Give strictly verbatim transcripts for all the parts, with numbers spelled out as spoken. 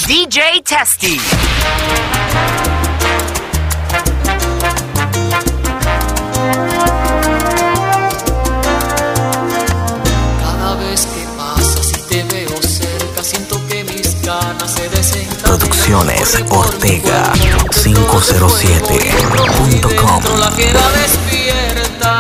D J Testy. Cada vez que pasas y te veo cerca, siento que mis ganas se desencadenan. Producciones Ortega cinco cero siete punto com. La queda despierta.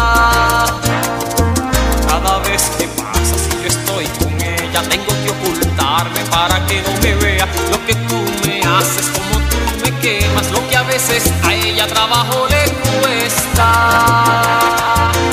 Cada vez que pasas y yo estoy con ella, tengo que ocultarme para que no me vea. Lo que tú me haces, como tú me quemas, lo que a veces a ella trabajo le cuesta.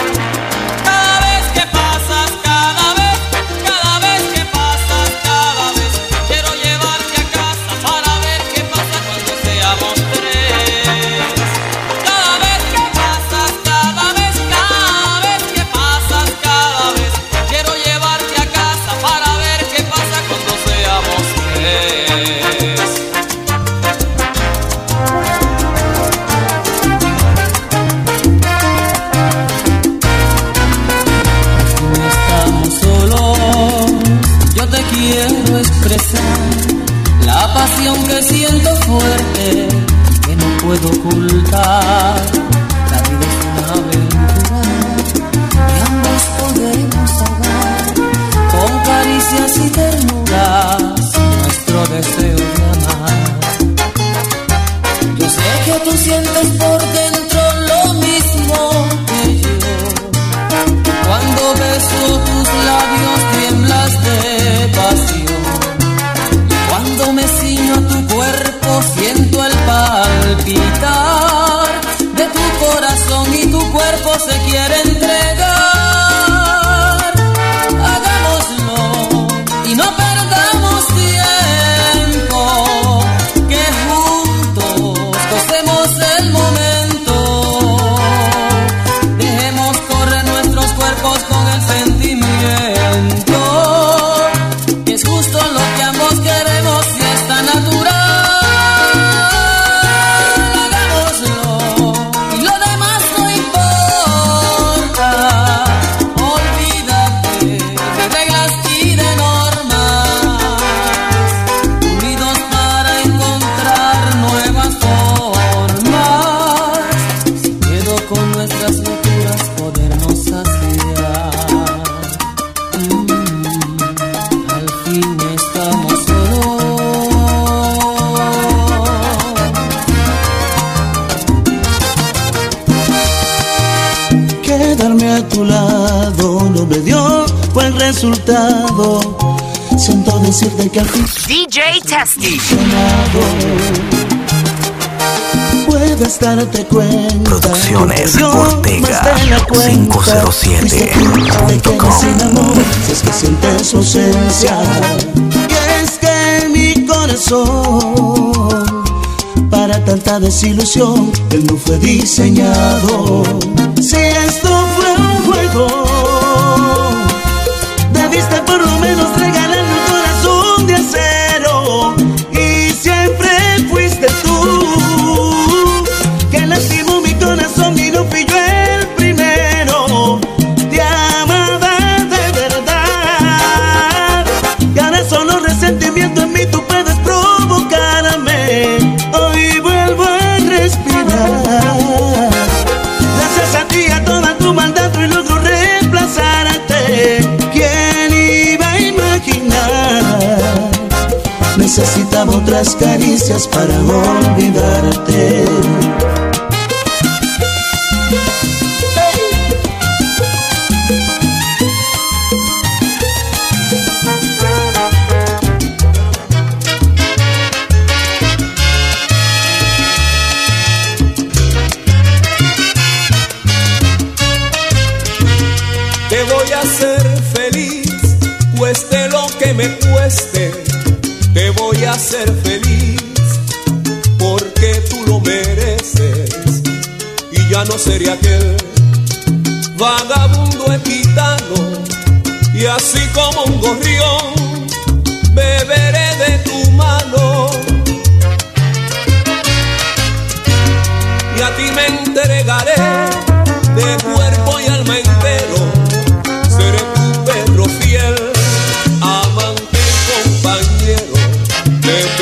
La pasión que siento fuerte, que no puedo ocultar. La vida es una aventura y ambos podemos ahogar con caricias y ternuras nuestro deseo de amar. Yo sé que tú sientes por dentro lo mismo que yo. Cuando beso tus labios tiemblas de pasión. Cuando me ciño a tu cuerpo siento el palpitar de tu corazón y tu cuerpo se quiere entregar. Hagámoslo y no perdamos tiempo, que juntos gocemos el momento. Dejemos correr nuestros cuerpos con el sentimiento, que es justo lo que ambos queremos y está natural. Hagámoslo y lo demás no importa. Olvídate de reglas y de normas, unidos para encontrar nuevas formas. Sin miedo con nuestras locuras podernos saciar. Mm, al fin estamos Quedarme a tu lado no me dio buen resultado. Siento decirte que al fin D J Testy. puedes darte cuenta. Producciones que Ortega cinco cero siete punto com. Sin amor, si es que sientes su ausencia. Y es que mi corazón para tanta desilusión él no fue diseñado. Si esto fue un juego, debiste por lo menos regalarme un corazón de acero. Y siempre fuiste tú que lastimó mi corazón y no fui yo el primero. Te amaba de verdad y ahora solo resentimiento en mí tú puedes provocarme. Hoy vuelvo a respirar gracias a ti, a toda tu maldad y logro reemplazarte. ¿Quién iba a imaginar? Necesitaba otras caricias para olvidarte. Te voy a hacer feliz, cueste lo que me cueste. Te voy a hacer feliz, porque tú lo mereces. Y ya no seré aquel vagabundo gitano, y así como un gorrión beberé de tu mano. Y a ti me entregaré de cuerpo y alma entero. Seré tu perro fiel, amante y compañero de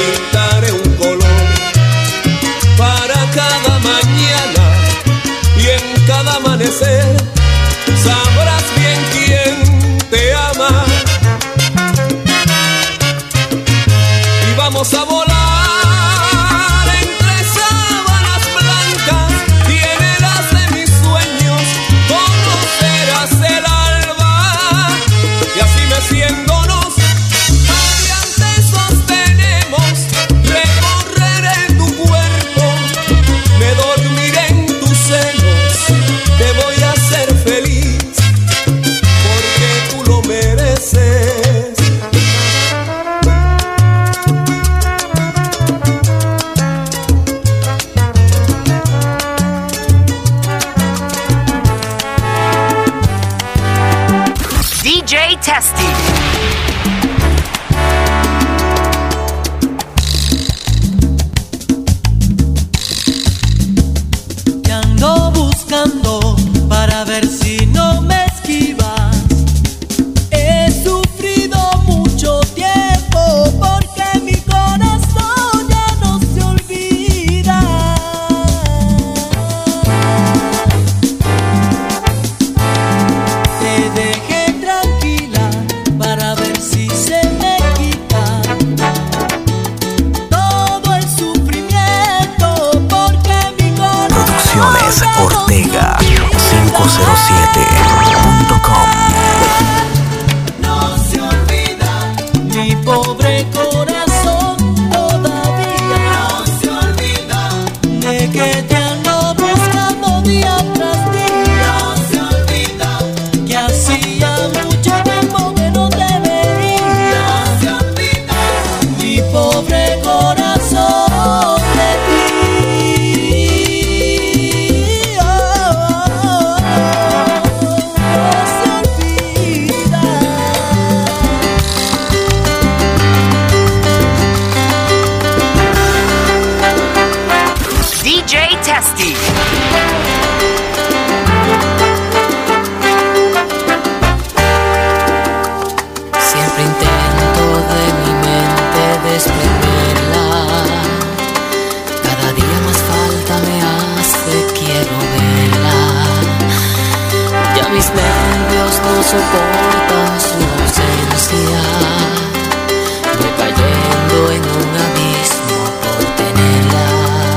soportan su ausencia, voy cayendo en un abismo por tenerla,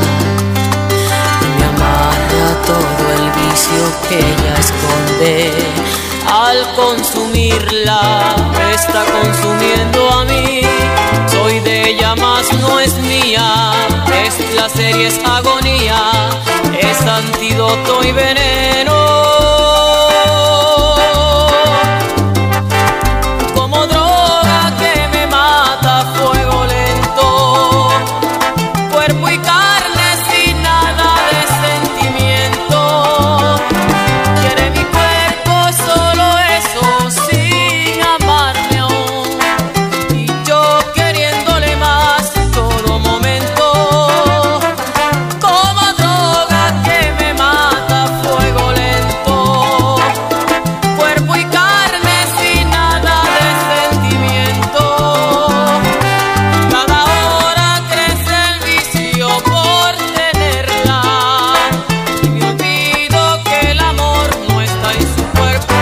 y me amarra todo el vicio que ella esconde. Al consumirla, me está consumiendo a mí. Soy de ella, mas no es mía. Es placer y es agonía, es antídoto y veneno. Como droga que me mata a fuego lento, cuerpo y carne sin nada de sentimiento. Quiere mi cuerpo solo eso, sin amarme aún, y yo queriéndole más en todo momento. Como droga que me mata a fuego lento, cuerpo y carne sin nada de sentimiento. Cada hora crece el vicio por tenerla, y me olvido que el amor no está en su cuerpo.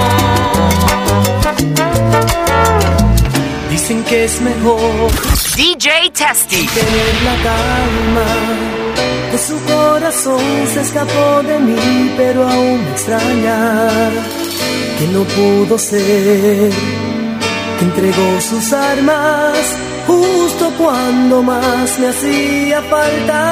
Dicen que es mejor D J Testy. tener la calma, que su corazón se escapó de mí, pero aún me extraña que no pudo ser, que entregó sus armas justo cuando más me hacía falta.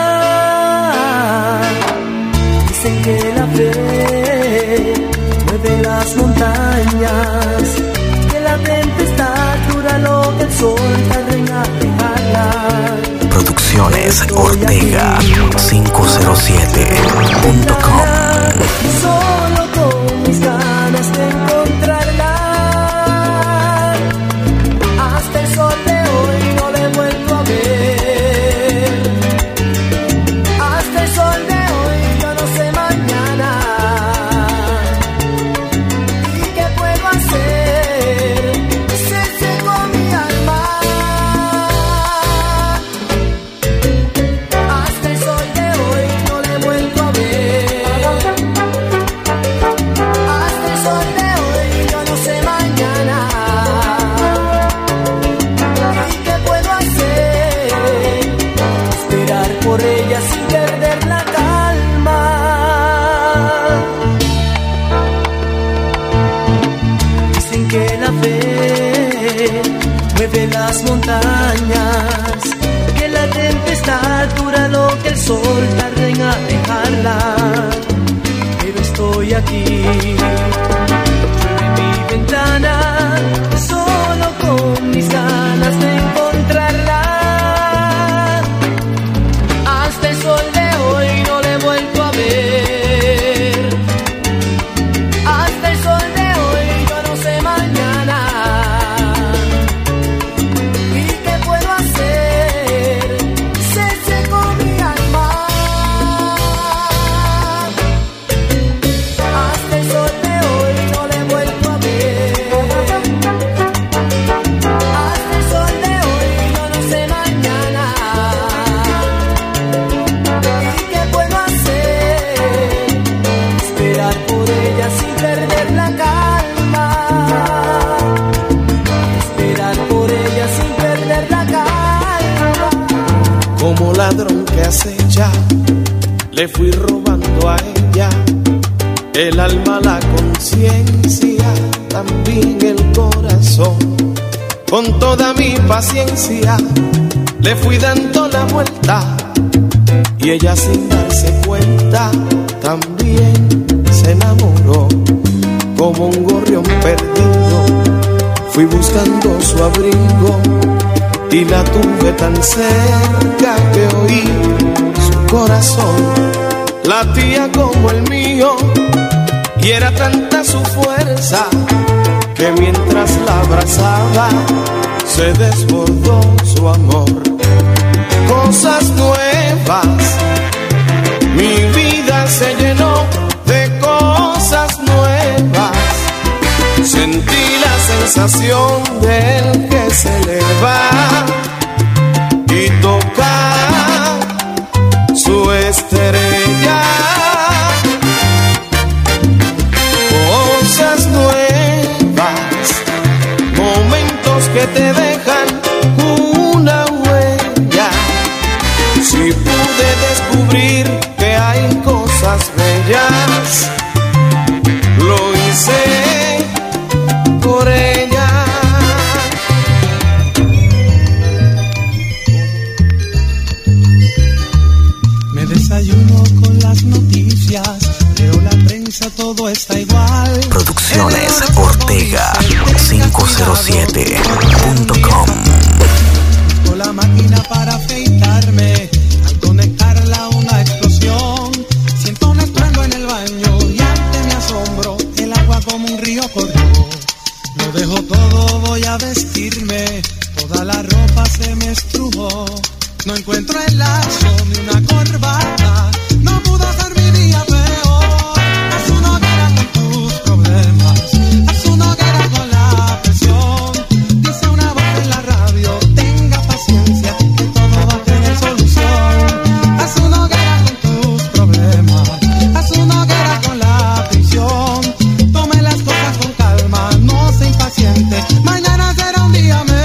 Dicen que la fe mueve las montañas, que la tempestad dura lo que el sol tarda en alejarla. Producciones Ortega quinientos siete punto com. Solo con mis ganas de encontrarla. Hasta el sol de hoy no le he vuelto a ver. Hasta el sol de hoy yo no sé mañana. ¿Y qué puedo hacer? Se secó mi alma. Hasta el sol de hoy no le he vuelto a ver. Hasta el sol de hoy yo no sé mañana. ¿Y qué puedo hacer? Esperar por ella sin perder la calma. Dicen que la fe mueve las montañas, que la tempestad dura lo que el sol tarda en alejarla. Pero estoy aquí, en mi ventana, solo con mis ganas de encontrarla. Hasta el sol de hoy no le he vuelto a ver. Hasta el sol de hoy yo no sé mañana. ¿Y qué puedo hacer? Se secó mi alma. Hasta el sol de hoy no le he vuelto a ver. Hasta el sol de hoy yo no sé mañana. ¿Y qué puedo hacer? Esperar por ella sin perder la calma. Esperar por ella sin perder la calma. Como ladrón que acecha, le fui robando a ella el alma, la conciencia, también el corazón. Con toda mi paciencia le fui dando la vuelta, y ella sin darse cuenta también se enamoró. Como un gorrión perdido fui buscando su abrigo, y la tuve tan cerca que oí su corazón latía como el mío, y era tanta su fuerza que mientras la abrazaba se desbordó su amor. Cosas nuevas, mi vida se llenó de cosas nuevas. Sentí la sensación del que se eleva y toca su estrella. Cosas nuevas te dejan una huella. Si pude descubrir que hay cosas bellas, lo hice por ella. Me desayuno con las noticias, leo la prensa, todo está igual. Producciones Ortega quinientos siete punto com. Con la máquina para afeitarme, al conectarla una explosión. Siento un estruendo en el baño y ante mi asombro el agua como un río corrió. Lo dejo todo, voy a vestirme, toda la ropa se me estrujó. No encuentro el lazo ni una corbata, no pudo ser mi día peor. Haz una hoguera con tus problemas, haz una hoguera con la presión. Dice una voz en la radio, tenga paciencia, que todo va a tener solución. Haz una hoguera con tus problemas, haz una hoguera con la prisión. Tome las cosas con calma, no sea impaciente, mañana será un día mejor.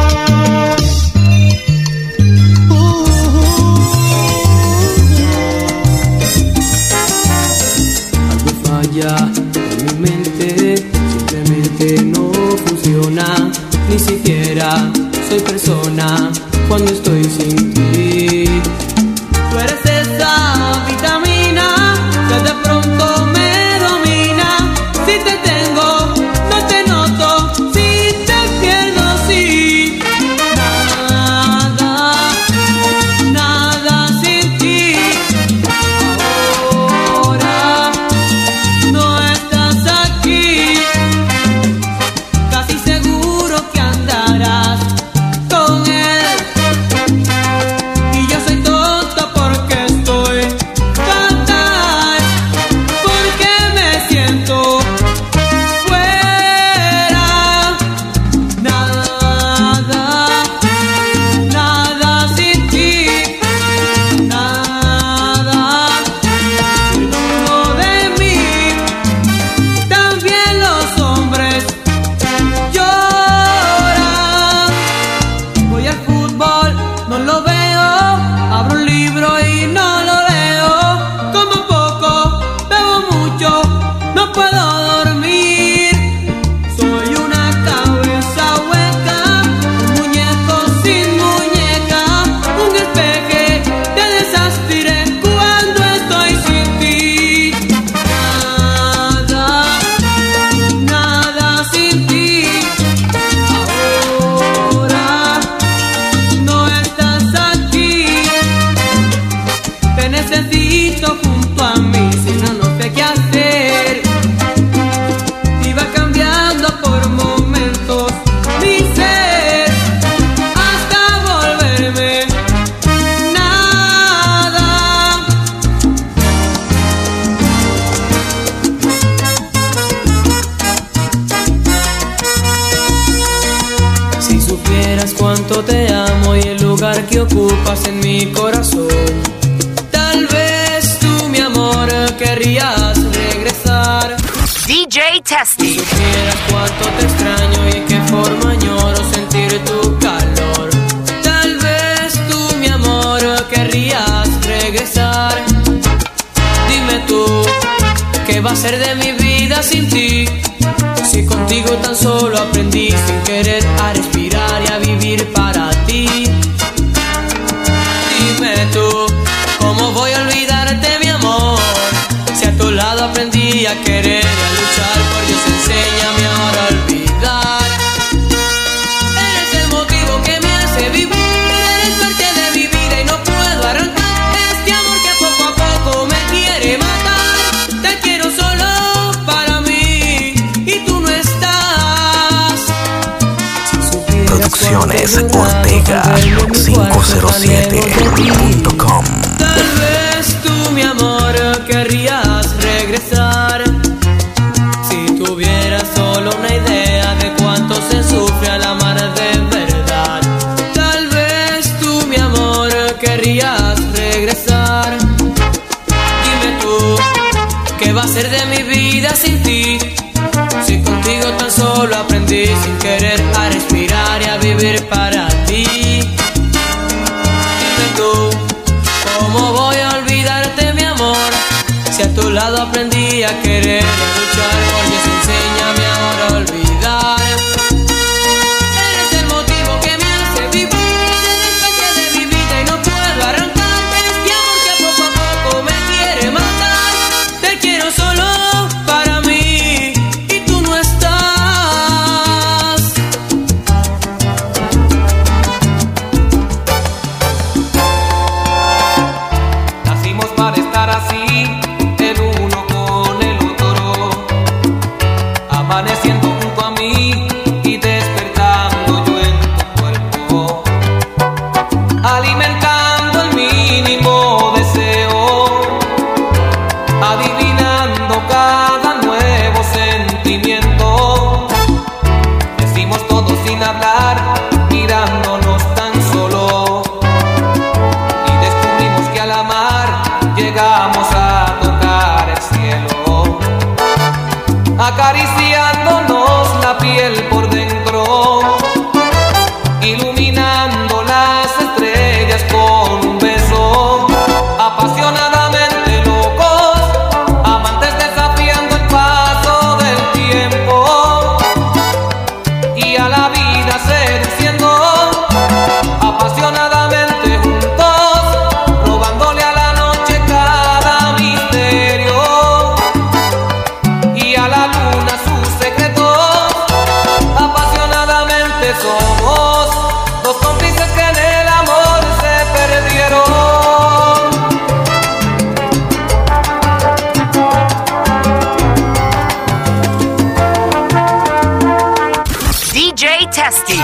En mi mente simplemente no funciona, ni siquiera soy persona cuando estoy sin ti. Tú eres esa vitamina que de pronto me domina. Si te tengo, no te noto, si te pierdo, sí. Nada, nada sin ti. Ahora no estás aquí, casi seguro que andarás con él. Y yo soy tonta porque estoy fatal, porque me siento fuera. Nada, nada sin ti, nada seguro de mí. También los hombres lloran. Voy al fútbol, no lo veo. Abro un libro y no lo leo. Como poco, bebo mucho, no puedo dormir. Soy una cabeza hueca, un muñeco sin muñeca, un espeje de desastre cuando estoy sin ti. Nada, nada sin ti. Ahora no estás aquí. Te necesito junto a mí, si no, no sé qué hacer. Iba cambiando por momentos mi ser, hasta volverme nada. Si supieras cuánto te amo y el lugar que ocupas en mi corazón, tal vez tú, mi amor, querrías regresar. D J Testy. Si supieras cuánto te extraño y qué forma añoro sentir tu calor, tal vez tú, mi amor, querrías regresar. Dime tú, ¿qué va a ser de mi vida sin ti? Si contigo tan solo aprendí sin querer a respirar y a vivir para ti. Dime tú, ¿cómo voy a olvidarte, mi amor? Si a tu lado aprendí a querer y a luchar por Dios, enséñame ahora a olvidar. Eres el motivo que me hace vivir, eres parte de mi vida y no puedo arrancar este amor que poco a poco me quiere matar. Te quiero solo para mí y tú no estás. Si Producciones Ortega quinientos siete punto com. Tal vez tú, mi amor, querrías regresar. Si tuvieras solo una idea de cuánto se sufre al amar de verdad. Tal vez tú, mi amor, querrías regresar. Dime tú, ¿qué va a ser de mi vida sin ti? Si contigo tan solo aprendí sin querer a respirar y a vivir vivir para ti. Dime tú, ¿cómo voy a olvidarte, mi amor? Si a tu lado aprendí a querer y a luchar, porque se enseña mi amor a olvidar. Eres el motivo que me hace vivir, eres parte de mi vida y no puedo arrancarte. Este amor que poco a poco me quiere matar. Te quiero solo para mí y tú no estás. Nacimos para estar así, el uno con el otro, amaneciendo junto a mí y despertando yo en tu cuerpo, alimentando el mínimo deseo, adivinando cada nuevo sentimiento. Decimos todo sin hablar, mirándonos tan solo, y descubrimos que al amar llegamos a tocar el cielo, acariciándonos la piel por dentro, iluminando las estrellas con un beso, apasionadamente locos, amantes desafiando el paso del tiempo, y a la vida seduciendo, apasionadamente juntos, robándole a la noche cada misterio, y a la luna sus secretos. Apasionadamente somos dos cómplices que en el amor se perdieron. D J Testy.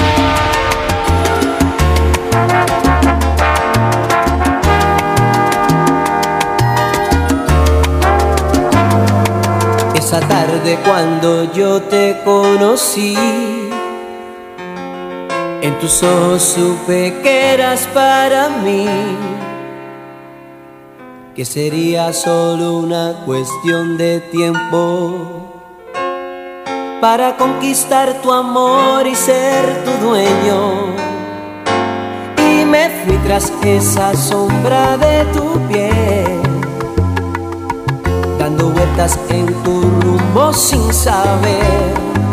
Esa tarde cuando yo te conocí, en tus ojos supe que eras para mí, que sería solo una cuestión de tiempo para conquistar tu amor y ser tu dueño. Y me fui tras esa sombra de tu piel, dando vueltas en tu rumbo sin saber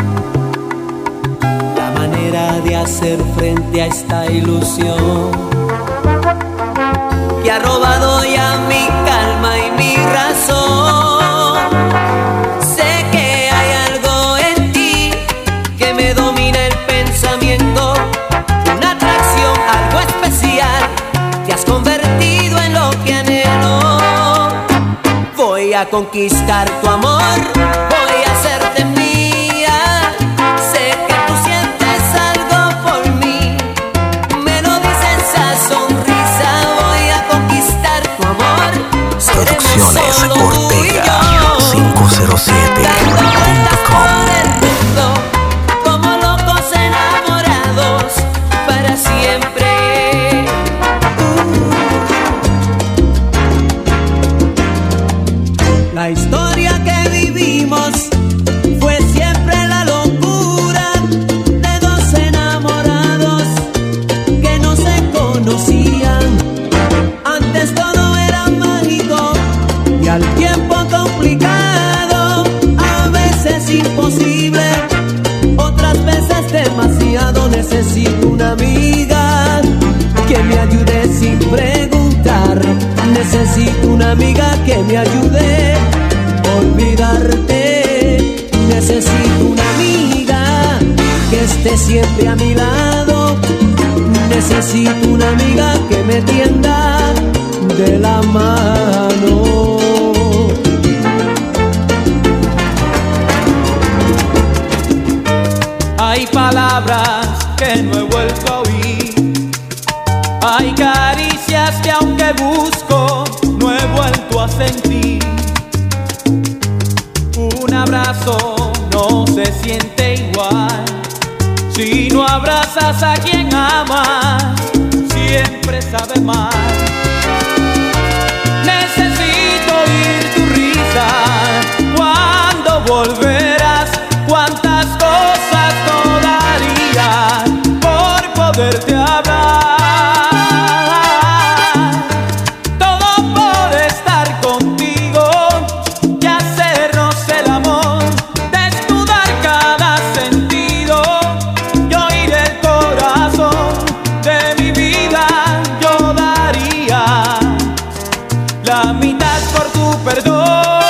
la manera de hacer frente a esta ilusión que ha robado ya mi calma y mi razón. Sé que hay algo en ti que me domina el pensamiento, una atracción, algo especial, te has convertido en lo que anhelo. Voy a conquistar tu amor, voy a hacerte mía. Sé que tú sientes algo por mí, me lo dice esa sonrisa. Voy a conquistar tu amor, seremos Producciones solo tú y Ortega yo, cinco cero siete dando vueltas punto com. por el mundo, como locos enamorados para siempre. La historia que vivimos fue siempre la locura de dos enamorados que no se conocían. Antes todo era mágico y al tiempo complicado, a veces imposible, otras veces demasiado. Necesito una amiga que me ayude sin preguntar. Necesito una amiga que me ayude a olvidarte. Necesito una amiga que esté siempre a mi lado. Necesito una amiga que me tienda de la mano. Hay palabras que no he vuelto a oír, hay caricias que aunque busco no he vuelto a sentir. Un abrazo no se siente igual si no abrazas a quien amas, siempre sabe mal. Necesito oír tu risa, cuando volverás, cuántas cosas no daría por poderte hablar. Todo por estar contigo y hacernos el amor, desnudar cada sentido y oír el corazón. De mi vida yo daría la mitad por tu perdón.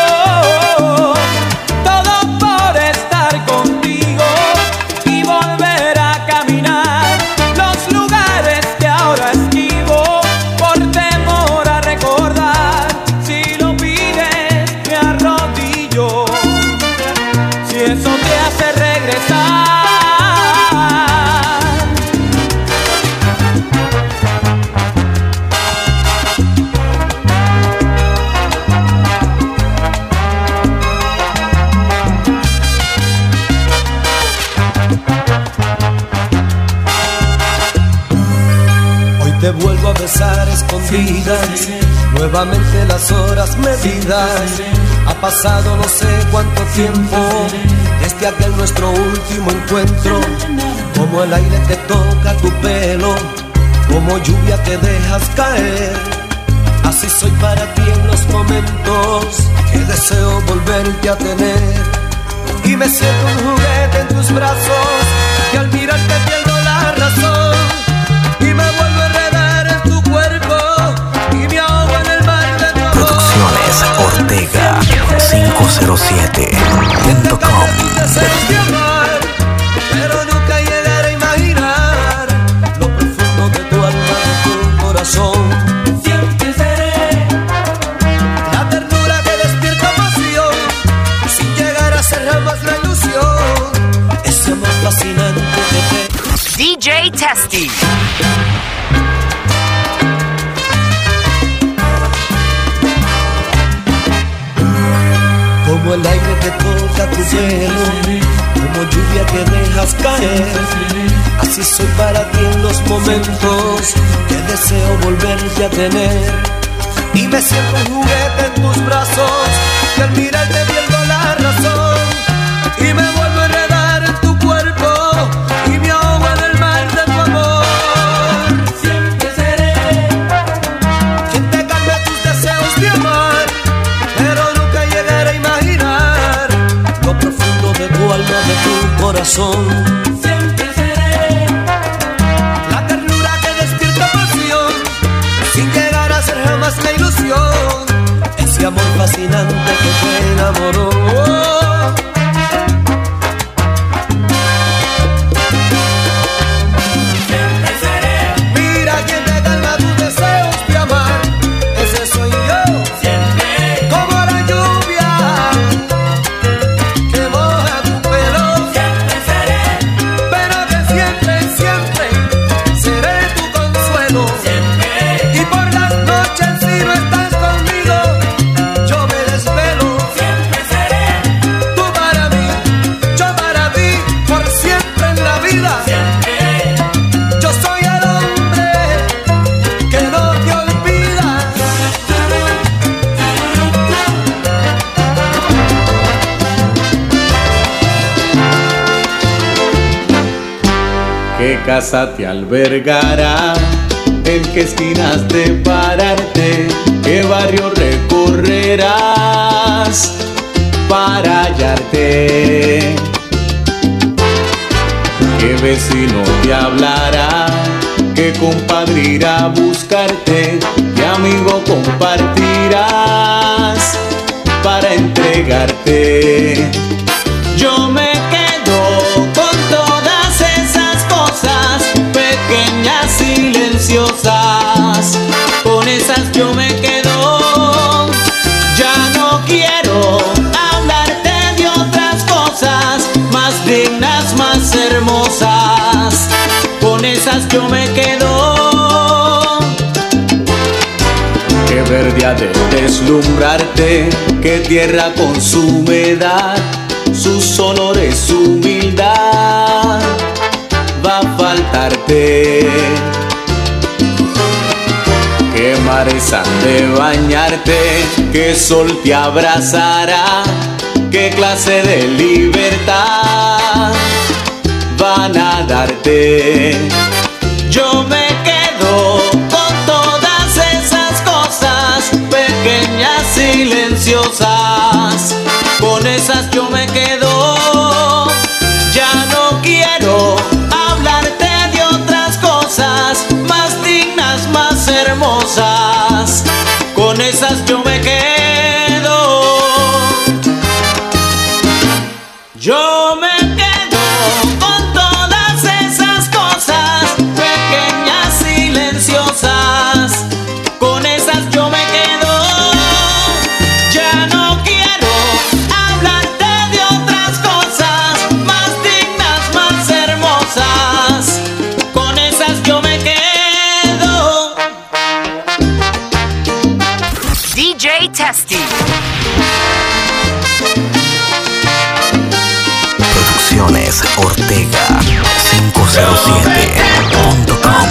Te vuelvo a besar escondidas, nuevamente las horas medidas. Ha pasado no sé cuánto tiempo desde aquel nuestro último encuentro. Como el aire que toca tu pelo, como lluvia que dejas caer. Así soy para ti en los momentos que deseo volverte a tener. Y me siento un juguete en tus brazos, que al mirarte pierdo la razón. Y me vuelvo a enredar en tu cuerpo y me ahogo en el mar de tu amor. Producciones Ortega quinientos siete punto com. Pero nunca llegaré a imaginar lo profundo de tu alma, de tu corazón. Siempre seré la ternura que despierta pasión, sin llegar a ser jamás la ilusión. Ese amor fascinante que te... D J Testy. Como el aire que toca tu pelo, como lluvia que dejas caer. Así soy para ti en los momentos que deseo volverte a tener. Y me siento un juguete en tus brazos, que al mirarte pierdo la razón. Y me vuelvo a enredar en tu cuerpo y me ahogo en el mar de tu amor. Siempre seré quien te calme tus deseos de amar, pero nunca llegaré a imaginar lo profundo de tu alma, de tu corazón. Siempre seré la ternura que despierta pasión, sin llegar a ser jamás la ilusión. Ese amor fascinante que te enamoró. Oh. ¿Qué casa te albergará? ¿En qué esquinas de pararte? ¿Qué barrio recorrerás para hallarte? ¿Qué vecino te hablará? ¿Qué compadre irá a buscarte? ¿Qué amigo compartirás para entregarte? Yo me quedo con todas esas cosas pequeñas, silenciosas. Con esas yo me quedo. Ya no quiero hablarte de otras cosas más dignas, más hermosas. Con esas yo me quedo. Que verde ha de deslumbrarte, que tierra con su humedad, sus olores, su humildad, va a faltarte. Qué mares han de bañarte, qué sol te abrazará, qué clase de libertad van a darte. hermosas, con esas yo me quedo. Yo me quedo con todas esas cosas pequeñas, silenciosas, con esas yo me quedo. Ya no quiero hablarte de otras cosas más dignas, más hermosas, con esas yo me quedo. D J Testy. Producciones Ortega cinco cero siete punto com.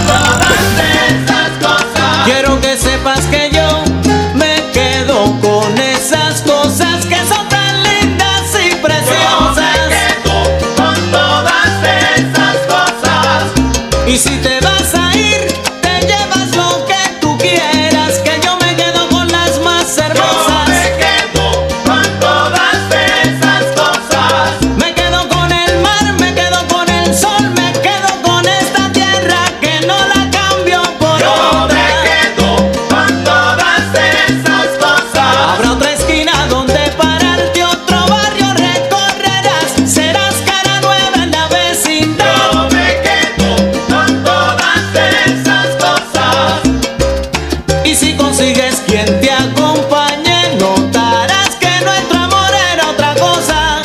Quiero que sepas que yo me quedo con esas cosas que son tan lindas y preciosas. Yo me quedo con todas esas cosas. Y si te vas a ir, te llevas lo que tú quieras, que yo me quedo con las más hermosas. Yo me quedo con todas esas cosas. Me quedo con el mar, me quedo con el sol, me quedo con esta tierra que no la cambio por yo otra. Me quedo con todas esas cosas. Habrá otra esquina donde pararte, otro barrio recorrerás, serás cara nueva en la vecindad. Yo me quedo con todas esas cosas. Y si consigues quien te acompañe, notarás que nuestro amor era otra cosa.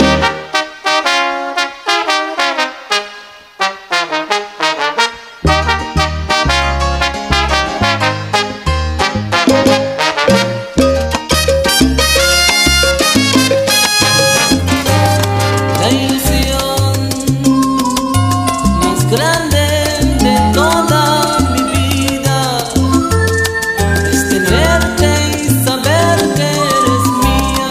La ilusión más grande de toda mi vida es tenerte y saber que eres mía,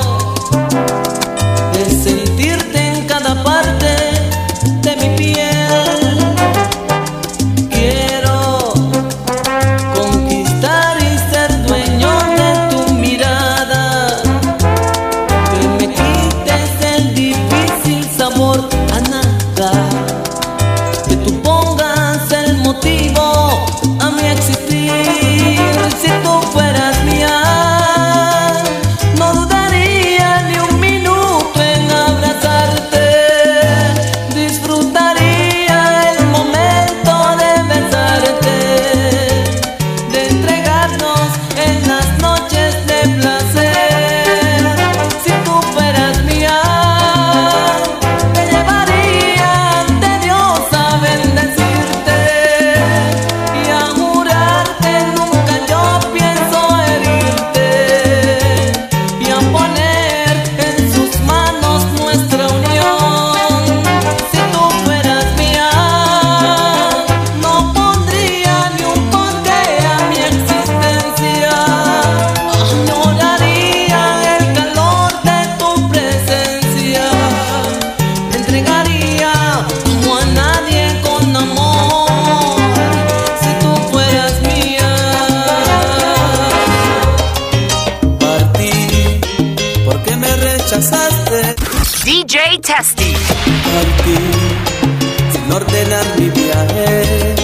de sentirte en cada parte de mi piel. Quiero conquistar y ser dueño de tu mirada, que me quites el difícil sabor a nada, que tú pongas el motivo a mi existir. Si tú fueras mía, no dudaría ni un minuto en abrazarte, disfrutaría el momento de besarte, de entregarnos en las noches de placer. Si tú fueras mía, te llevaría ante Dios a bendecirte y a jurarte nunca yo pienso herirte, y a poner en sus manos nuestra unión. Si tú fueras mía, no pondría ni un porqué a mi existencia, añoraría el calor de tu presencia, me entregaría como a nadie con amor. Si tú fueras mía, partí porque me rechazaste, D J Testy. partí sin ordenar mi viaje,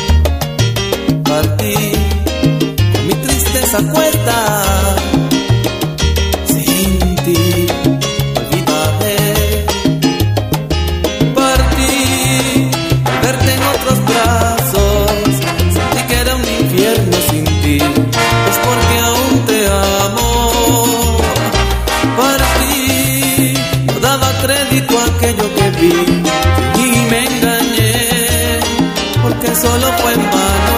partí con mi tristeza cuerda, sin ti olvidé, partí al verte en otros brazos, sentí que era un infierno sin ti, es porque aún te amo. Partí, no daba crédito a aquello que vi y me engañé, porque solo fue en vano.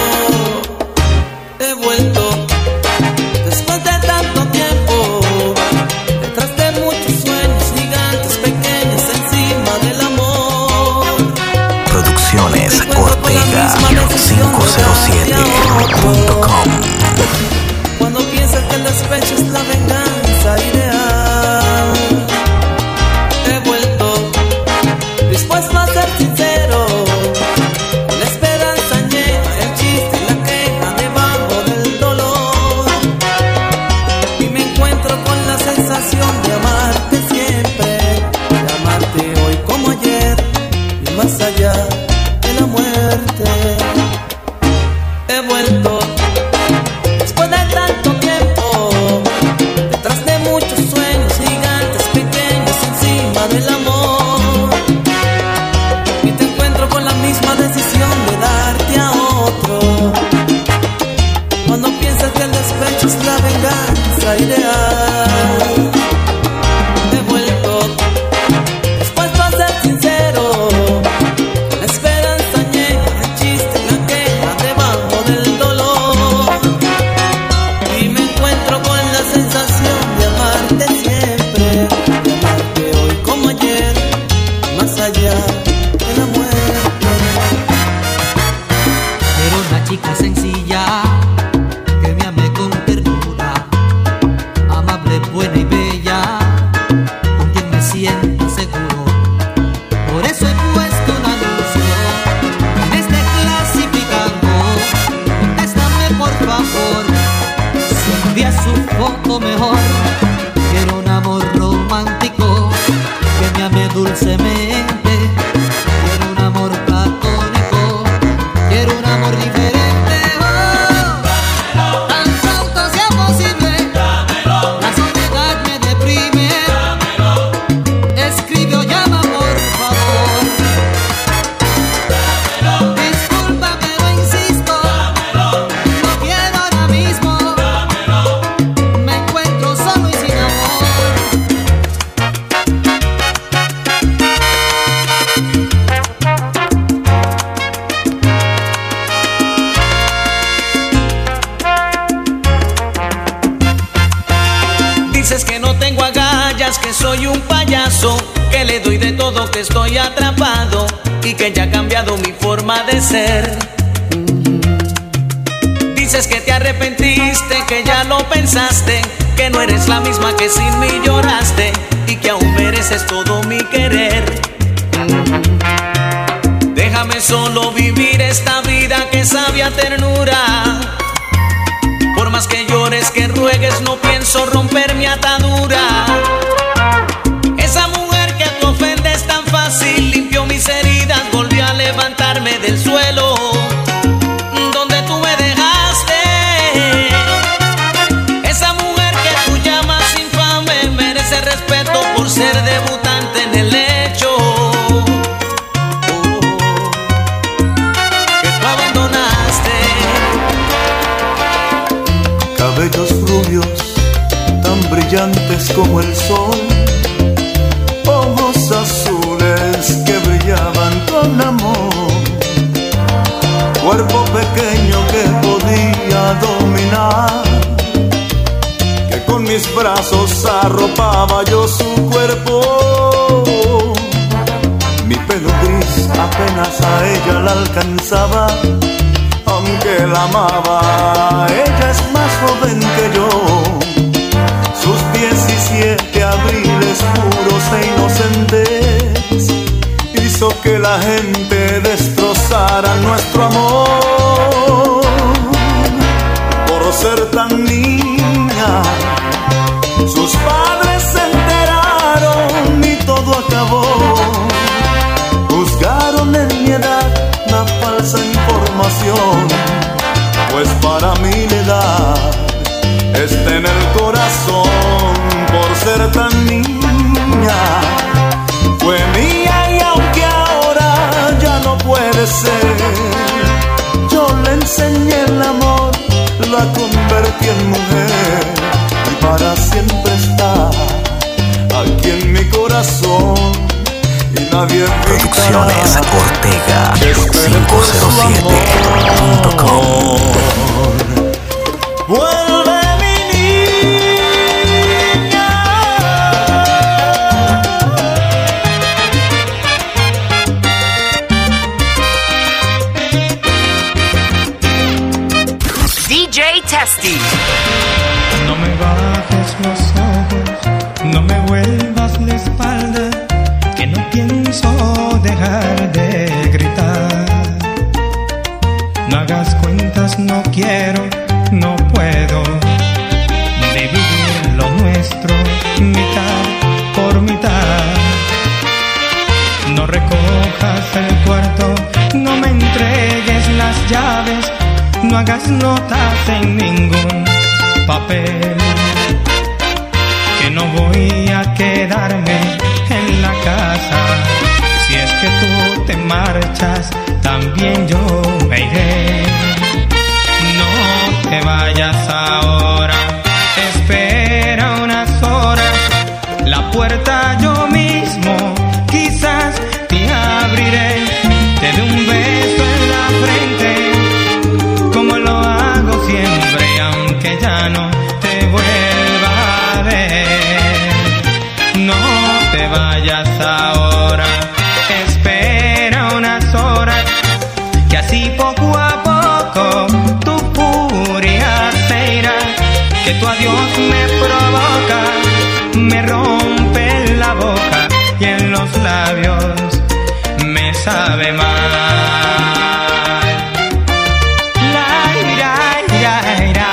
He vuelto después de tanto tiempo, detrás de muchos sueños gigantes pequeños encima del amor. Producciones Ortega cinco cero siete punto com. Cuando piensas que el despecho es la venganza ideal, he vuelto dispuesto a ser sincero, con la esperanza llena, el chiste y la queja debajo del dolor, y me encuentro con la sensación de amarte siempre, de amarte hoy como ayer y más allá de la muerte. He vuelto chica sencilla que me ame con ternura, amable, buena y bella, con quien me siento seguro. Por eso he puesto un anuncio en este clasificando. Contéstame por favor, si envías su foto mejor. Quiero un amor romántico que me ame dulcemente. Quiero un amor platónico, quiero un amor diferente. Oh, tan pronto sea posible, la soledad me deprime. Escribe o llama por favor. Disculpa pero insisto, no quiero ahora mismo. Me encuentro solo y sin amor. Dices que no tengo agallas, que soy un payaso, que le doy de todo, que estoy atrapado y que ya ha cambiado mi forma de ser. Dices que te arrepentiste, que ya lo pensaste, que no eres la misma que sin mí lloraste y que aún mereces todo mi querer. Déjame solo vivir esta vida que sabe a ternura. Por más que llores, que ruegues, no pienso romper mi atadura. Esa mujer que tú ofendes tan fácil limpió mis heridas, volvió a levantarme del suelo donde tú me dejaste. Esa mujer que tú llamas infame merece respeto por ser debutante en el hecho. Oh, que tú abandonaste. Cabellos rubios, tan brillantes como el sol, ojos azules que brillaban con amor, cuerpo pequeño que podía dominar, que con mis brazos arropaba yo su cuerpo. Mi pelo gris apenas a ella la alcanzaba, aunque la amaba, ella es más joven que yo. Sus diecisiete abriles puros e inocentes hizo que la gente destrozara nuestro amor. Por ser tan niña, sus padres se enteraron y todo acabó. Juzgaron en mi edad la falsa información, pues para mí la edad está en el corazón. Por ser tan niña, fue mía y aunque ahora ya no puede ser, yo le enseñé el amor, la convertí en mujer y para siempre está aquí en mi corazón. Y nadie Producciones Ortega cinco cero siete punto com. Vuelve mi niña. D J Testy. No me bajes los ojos, no me vuelvas la espalda, que no pienso dejar de gritar. No hagas cuentas, no quiero, no puedo dividir lo nuestro mitad por mitad. No recojas el cuarto, no me entregues las llaves, no hagas notas en ningún papel, que no voy a quedarme en la casa. Si es que tú te marchas, también yo me iré. No te vayas ahora, espera unas horas, la puerta yo mismo quizás te abriré. Te doy un beso en la frente, como lo hago siempre, aunque ya no te vuelva a ver. No te vayas ahora, espera unas horas, que así poco a poco que tu adiós me provoca, me rompe la boca y en los labios me sabe mal. La ira, ira, ira.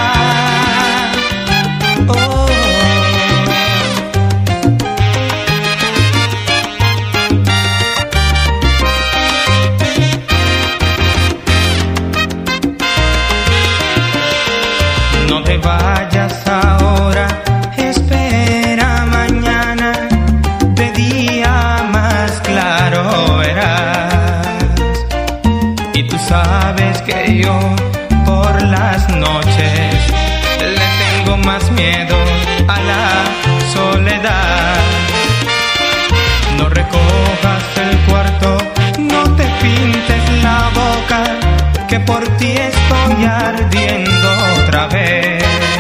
Oh. No te vayas ahora, espera mañana, de día más claro verás. Y tú sabes que yo por las noches le tengo más miedo a la soledad. No recojas el cuarto, no te pintes la boca, que por ti estoy ardiendo otra vez.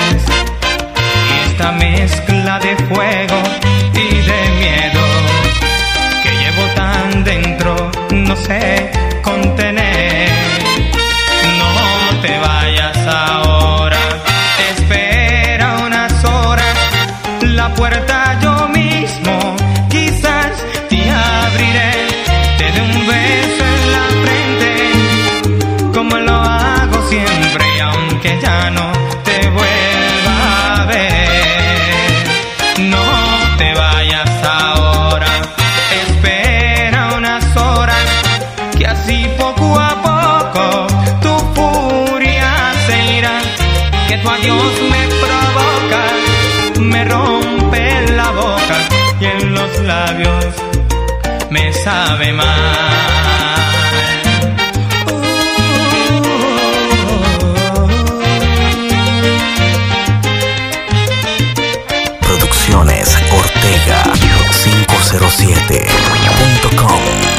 Y esta mezcla de fuego y de miedo que llevo tan dentro no sé contener. No te vayas ahora, espera unas horas, la puerta yo mismo quizás te abriré, te dé un beso en la frente como lo hago siempre, y aunque ya no te vuelva a ver, no te vayas ahora, espera unas horas, que así poco a poco tu furia se irá, que tu adiós me provoca, me rompe la boca y en los labios me sabe mal. Producciones Ortega cinco cero siete punto com.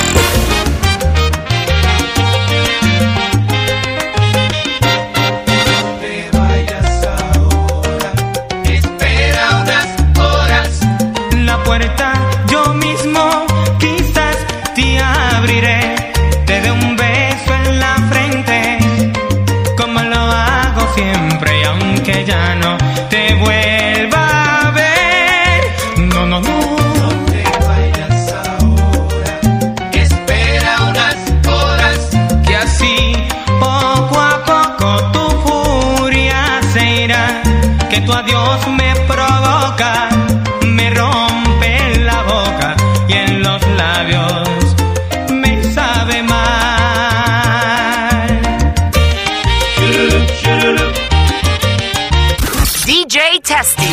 Yo mismo quizás te abriré, te dé un beso en la frente como lo hago siempre, y aunque ya no te vuelva a ver, no, no, no, no te vayas ahora, espera unas horas, que así poco a poco tu furia se irá, que tu adiós me provoca, me rompe la boca y en los labios me sabe mal. D J Testy.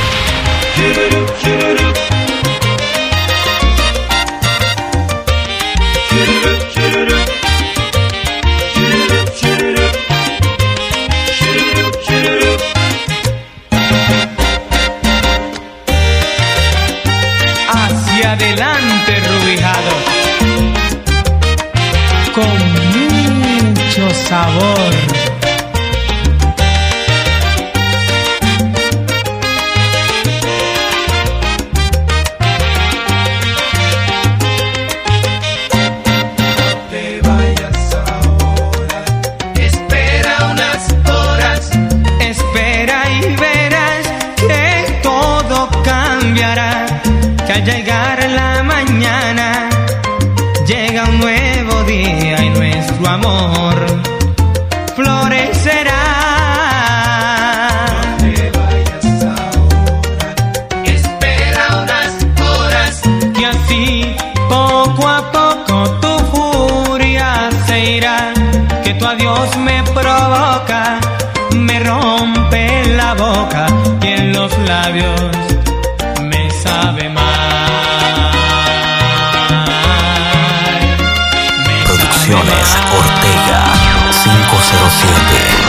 Adelante, Rubijado, con mucho sabor. No te vayas ahora, espera unas horas, espera y verás que todo cambiará, que al llegar la mañana llega un nuevo día y nuestro amor florecerá. No te vayas ahora, espera unas horas, que así poco a poco tu furia se irá, que tu adiós me provoca, me rompe la boca y en los labios me sabe mal. Producciones Ortega cinco cero siete.